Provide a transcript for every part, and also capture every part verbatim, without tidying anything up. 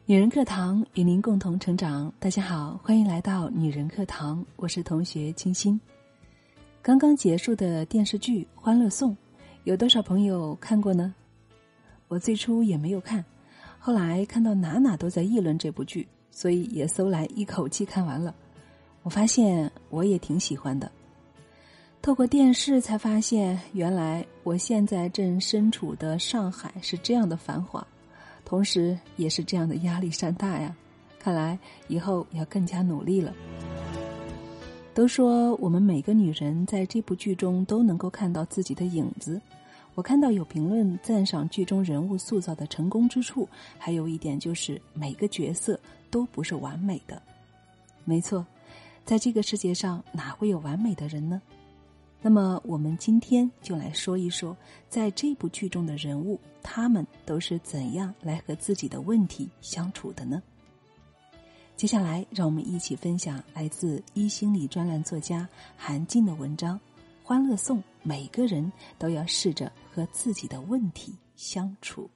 女人课堂与您共同成长。大家好，欢迎来到女人课堂，我是同学清新。刚刚结束的电视剧《欢乐颂》，有多少朋友看过呢？我最初也没有看，后来看到哪哪都在议论这部剧，所以也搜来一口气看完了。我发现我也挺喜欢的。透过电视才发现，原来我现在正身处的上海是这样的繁华，同时也是这样的压力山大呀。看来以后要更加努力了。都说我们每个女人在这部剧中都能够看到自己的影子。我看到有评论赞赏剧中人物塑造的成功之处，还有一点就是每个角色都不是完美的。没错，在这个世界上哪会有完美的人呢？那么我们今天就来说一说，在这部剧中的人物，他们都是怎样来和自己的问题相处的呢？接下来让我们一起分享来自一心理专栏作家韩静的文章《欢乐颂》，每个人都要试着和自己的问题相处。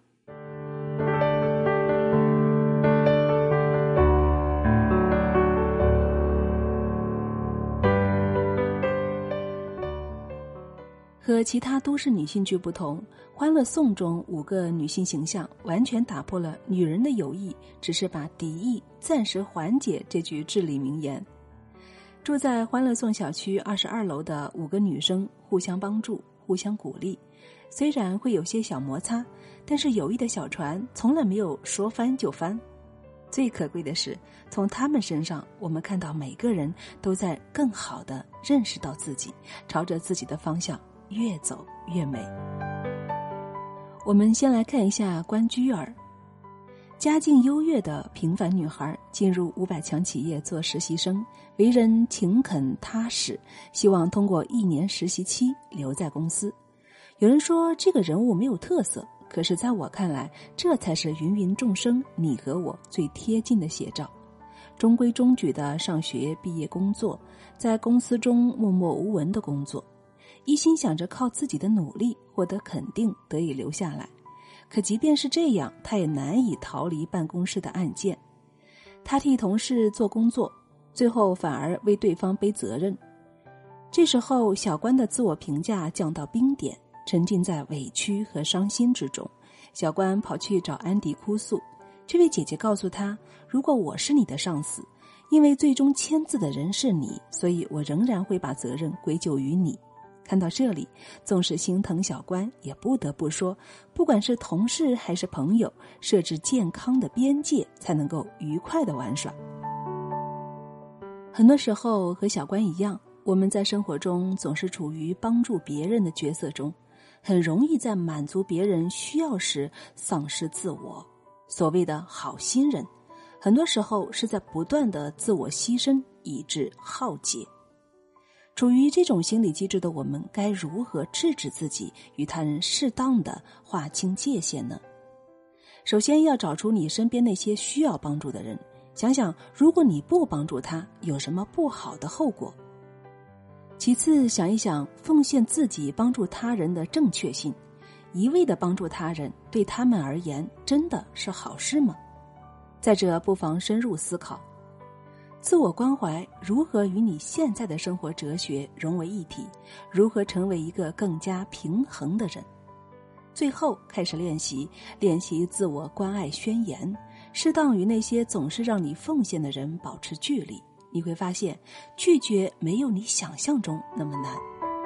和其他都市女性剧不同，《欢乐颂》中五个女性形象完全打破了女人的友谊只是把敌意暂时缓解这句至理名言。住在欢乐颂小区二十二楼的五个女生互相帮助，互相鼓励，虽然会有些小摩擦，但是友谊的小船从来没有说翻就翻。最可贵的是，从她们身上我们看到每个人都在更好地认识到自己，朝着自己的方向越走越美。我们先来看一下关雎尔，家境优越的平凡女孩，进入五百强企业做实习生，为人勤恳踏实，希望通过一年实习期留在公司。有人说这个人物没有特色，可是在我看来，这才是芸芸众生你和我最贴近的写照。中规中矩的上学毕业工作，在公司中默默无闻的工作，一心想着靠自己的努力获得肯定，得以留下来。可即便是这样，他也难以逃离办公室的暗箭。他替同事做工作，最后反而为对方背责任。这时候小关的自我评价降到冰点，沉浸在委屈和伤心之中。小关跑去找安迪哭诉，这位姐姐告诉他，如果我是你的上司，因为最终签字的人是你，所以我仍然会把责任归咎于你。看到这里，纵使心疼小关，也不得不说，不管是同事还是朋友，设置健康的边界，才能够愉快的玩耍。很多时候和小关一样，我们在生活中总是处于帮助别人的角色中，很容易在满足别人需要时丧失自我。所谓的好心人，很多时候是在不断的自我牺牲，以致浩劫。处于这种心理机制的我们，该如何制止自己与他人适当的划清界限呢？首先要找出你身边那些需要帮助的人，想想如果你不帮助他，有什么不好的后果。其次，想一想奉献自己帮助他人的正确性，一味的帮助他人，对他们而言真的是好事吗？再者，不妨深入思考，自我关怀如何与你现在的生活哲学融为一体，如何成为一个更加平衡的人。最后开始练习练习自我关爱宣言，适当与那些总是让你奉献的人保持距离，你会发现拒绝没有你想象中那么难。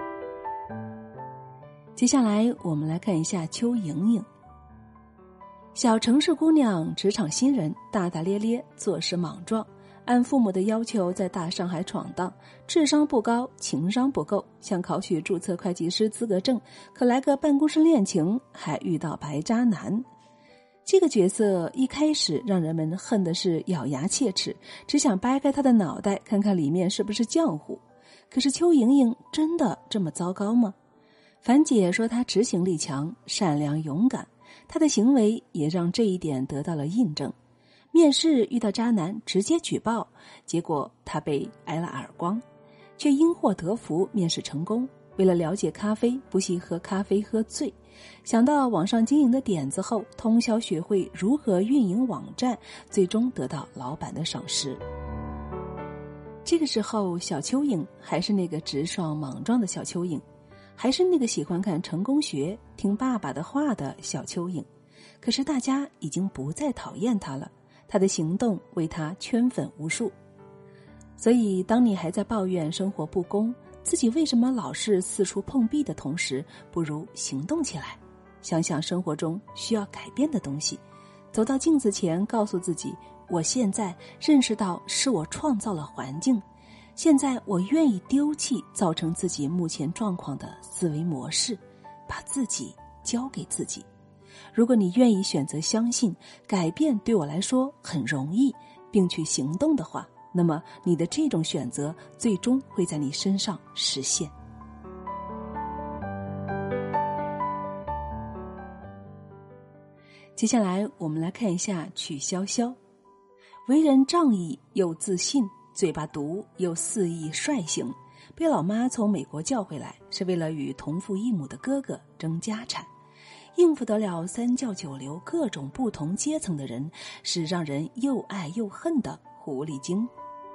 接下来我们来看一下邱莹莹，小城市姑娘，职场新人，大大咧咧，做事莽撞，按父母的要求在大上海闯荡，智商不高，情商不够，想考取注册会计师资格证，可来个办公室恋情，还遇到白渣男。这个角色一开始让人们恨的是咬牙切齿，只想掰开他的脑袋看看里面是不是浆糊。可是邱莹莹真的这么糟糕吗？樊姐说她执行力强，善良勇敢，她的行为也让这一点得到了印证。面试遇到渣男直接举报，结果他被挨了耳光，却因祸得福，面试成功。 为了了解咖啡，不惜喝咖啡喝醉。想到网上经营的点子后，通宵学会如何运营网站，最终得到老板的赏识。这个时候，小蚯蚓还是那个直爽莽撞的小蚯蚓，还是那个喜欢看成功学、听爸爸的话的小蚯蚓。可是大家已经不再讨厌他了，他的行动为他圈粉无数。所以当你还在抱怨生活不公，自己为什么老是四处碰壁的同时，不如行动起来，想想生活中需要改变的东西，走到镜子前告诉自己，我现在认识到是我创造了环境，现在我愿意丢弃造成自己目前状况的思维模式，把自己交给自己。如果你愿意选择相信改变对我来说很容易，并去行动的话，那么你的这种选择最终会在你身上实现。接下来我们来看一下曲筱绡。为人仗义又自信，嘴巴毒又肆意率性，被老妈从美国叫回来，是为了与同父异母的哥哥争家产。应付得了三教九流各种不同阶层的人，是让人又爱又恨的狐狸精。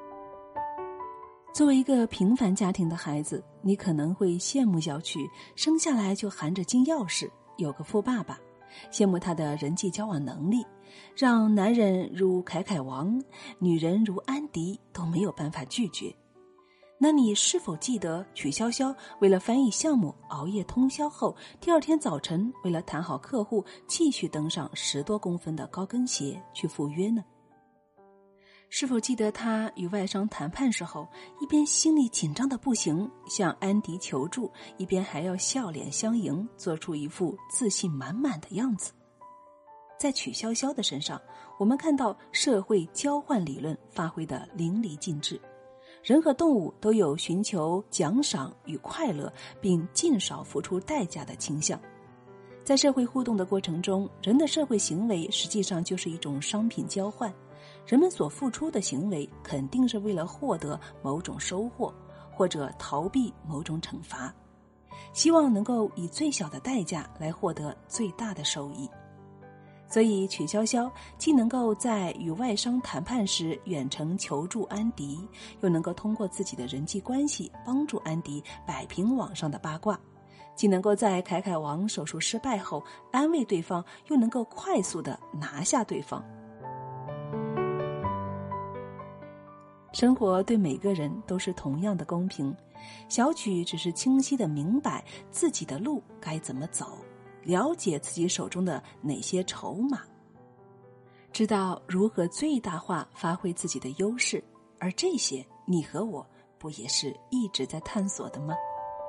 作为一个平凡家庭的孩子，你可能会羡慕小曲生下来就含着金钥匙，有个富爸爸，羡慕他的人际交往能力，让男人如凯凯王，女人如安迪都没有办法拒绝。那你是否记得曲筱绡为了翻译项目熬夜通宵后，第二天早晨为了谈好客户，继续登上十多公分的高跟鞋去赴约呢？是否记得他与外商谈判时候，一边心里紧张的不行，向安迪求助，一边还要笑脸相迎，做出一副自信满满的样子？在曲筱绡的身上，我们看到社会交换理论发挥得淋漓尽致。人和动物都有寻求奖赏与快乐，并尽少付出代价的倾向。在社会互动的过程中，人的社会行为实际上就是一种商品交换，人们所付出的行为肯定是为了获得某种收获，或者逃避某种惩罚，希望能够以最小的代价来获得最大的收益。所以曲筱绡既能够在与外商谈判时远程求助安迪，又能够通过自己的人际关系帮助安迪摆平网上的八卦，既能够在凯凯王手术失败后安慰对方，又能够快速地拿下对方。生活对每个人都是同样的公平，小曲只是清晰地明白自己的路该怎么走，了解自己手中的哪些筹码，知道如何最大化发挥自己的优势，而这些你和我不也是一直在探索的吗？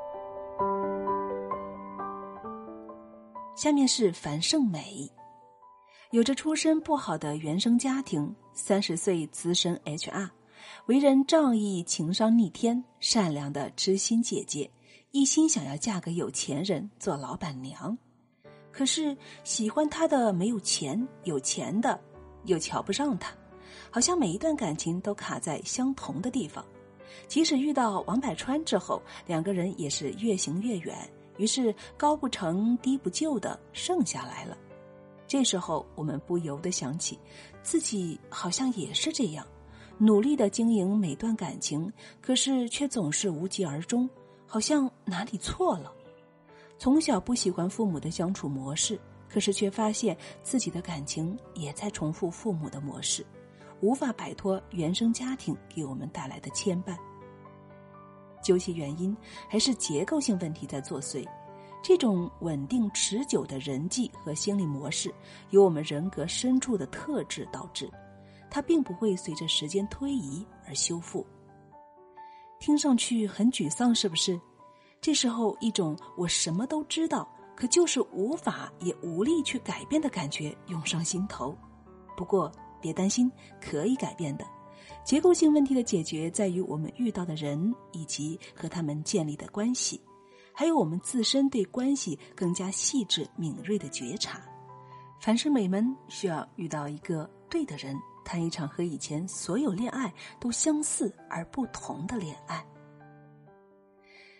下面是樊胜美。有着出身不好的原生家庭，三十岁资深 H R， 为人仗义情商逆天，善良的知心姐姐，一心想要嫁个有钱人做老板娘。可是喜欢他的没有钱，有钱的又瞧不上他，好像每一段感情都卡在相同的地方。即使遇到王百川之后，两个人也是越行越远，于是高不成低不就的剩下来了。这时候我们不由得想起自己好像也是这样，努力地经营每段感情，可是却总是无疾而终，好像哪里错了。从小不喜欢父母的相处模式，可是却发现自己的感情也在重复父母的模式，无法摆脱原生家庭给我们带来的牵绊。究其原因，还是结构性问题在作祟。这种稳定持久的人际和心理模式，由我们人格深处的特质导致，它并不会随着时间推移而修复。听上去很沮丧，是不是？这时候一种我什么都知道，可就是无法也无力去改变的感觉涌上心头。不过别担心，可以改变的。结构性问题的解决在于我们遇到的人以及和他们建立的关系，还有我们自身对关系更加细致敏锐的觉察。樊胜美们需要遇到一个对的人，谈一场和以前所有恋爱都相似而不同的恋爱。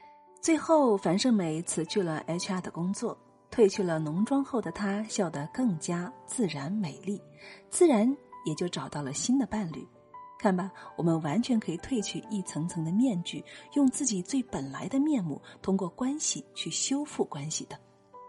最后，樊胜美辞去了 H R 的工作，褪去了浓妆后的她笑得更加自然美丽，自然也就找到了新的伴侣。看吧，我们完全可以褪去一层层的面具，用自己最本来的面目，通过关系去修复关系的。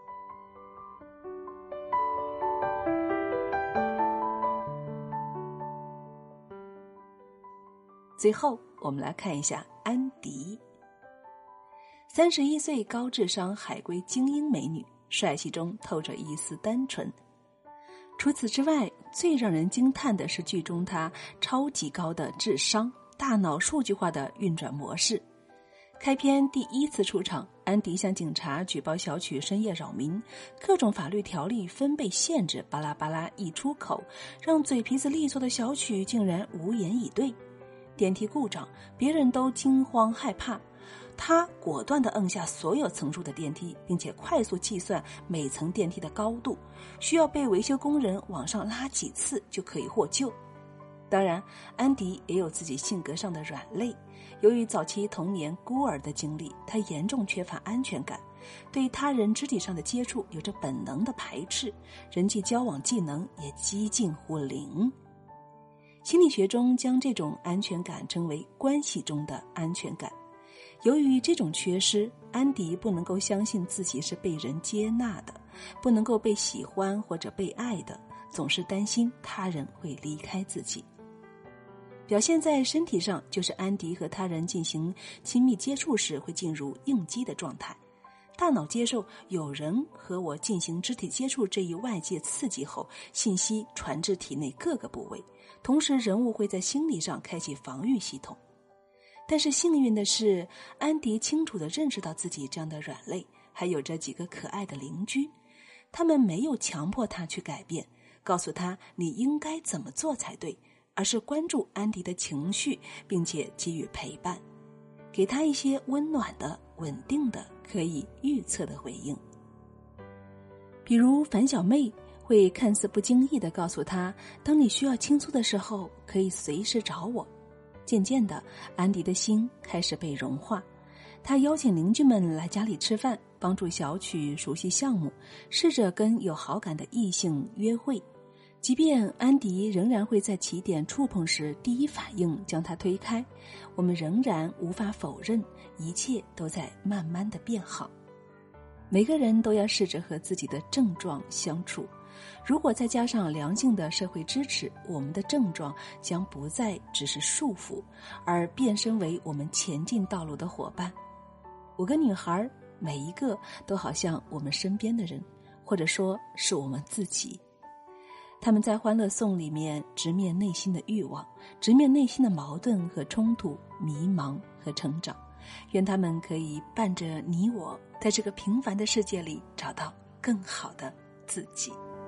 最后，我们来看一下安迪。三十一岁高智商海归精英美女，帅气中透着一丝单纯。除此之外，最让人惊叹的是剧中她超级高的智商，大脑数据化的运转模式。开篇第一次出场，安迪向警察举报小曲深夜扰民，各种法律条例分贝限制巴拉巴拉一出口，让嘴皮子利索的小曲竟然无言以对。电梯故障，别人都惊慌害怕，他果断地摁下所有层数的电梯，并且快速计算每层电梯的高度，需要被维修工人往上拉几次就可以获救。当然，安迪也有自己性格上的软肋，由于早期童年孤儿的经历，他严重缺乏安全感，对他人肢体上的接触有着本能的排斥，人际交往技能也几近乎零。心理学中将这种安全感称为关系中的安全感。由于这种缺失，安迪不能够相信自己是被人接纳的，不能够被喜欢或者被爱的，总是担心他人会离开自己。表现在身体上，就是安迪和他人进行亲密接触时会进入应激的状态，大脑接受有人和我进行肢体接触这一外界刺激后，信息传至体内各个部位，同时人物会在心理上开启防御系统。但是幸运的是，安迪清楚地认识到自己这样的软肋，还有着几个可爱的邻居，他们没有强迫他去改变，告诉他你应该怎么做才对，而是关注安迪的情绪，并且给予陪伴，给他一些温暖的、稳定的、可以预测的回应。比如樊小妹会看似不经意地告诉他，当你需要倾诉的时候，可以随时找我。渐渐的，安迪的心开始被融化，他邀请邻居们来家里吃饭，帮助小曲熟悉项目，试着跟有好感的异性约会。即便安迪仍然会在起点触碰时第一反应将他推开，我们仍然无法否认，一切都在慢慢的变好。每个人都要试着和自己的症状相处，如果再加上良性的社会支持，我们的症状将不再只是束缚，而变身为我们前进道路的伙伴。五个女孩，每一个都好像我们身边的人，或者说是我们自己。他们在欢乐颂里面直面内心的欲望，直面内心的矛盾和冲突，迷茫和成长。愿他们可以伴着你我，在这个平凡的世界里找到更好的自己。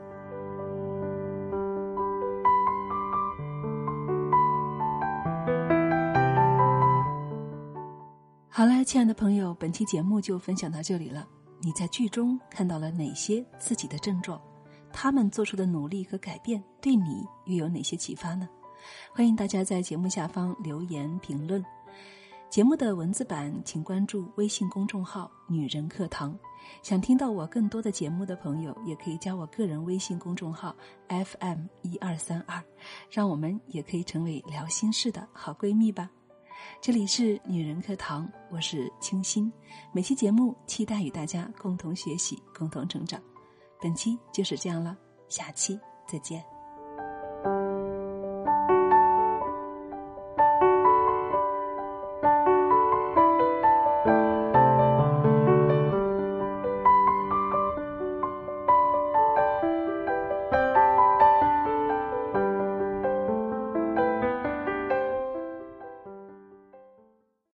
好了，亲爱的朋友，本期节目就分享到这里了。你在剧中看到了哪些自己的症状？他们做出的努力和改变对你又有哪些启发呢？欢迎大家在节目下方留言评论。节目的文字版请关注微信公众号女人课堂。想听到我更多的节目的朋友，也可以加我个人微信公众号 F M 一二三二，让我们也可以成为聊心事的好闺蜜吧。这里是女人课堂，我是清心，每期节目期待与大家共同学习，共同成长。本期就是这样了，下期再见。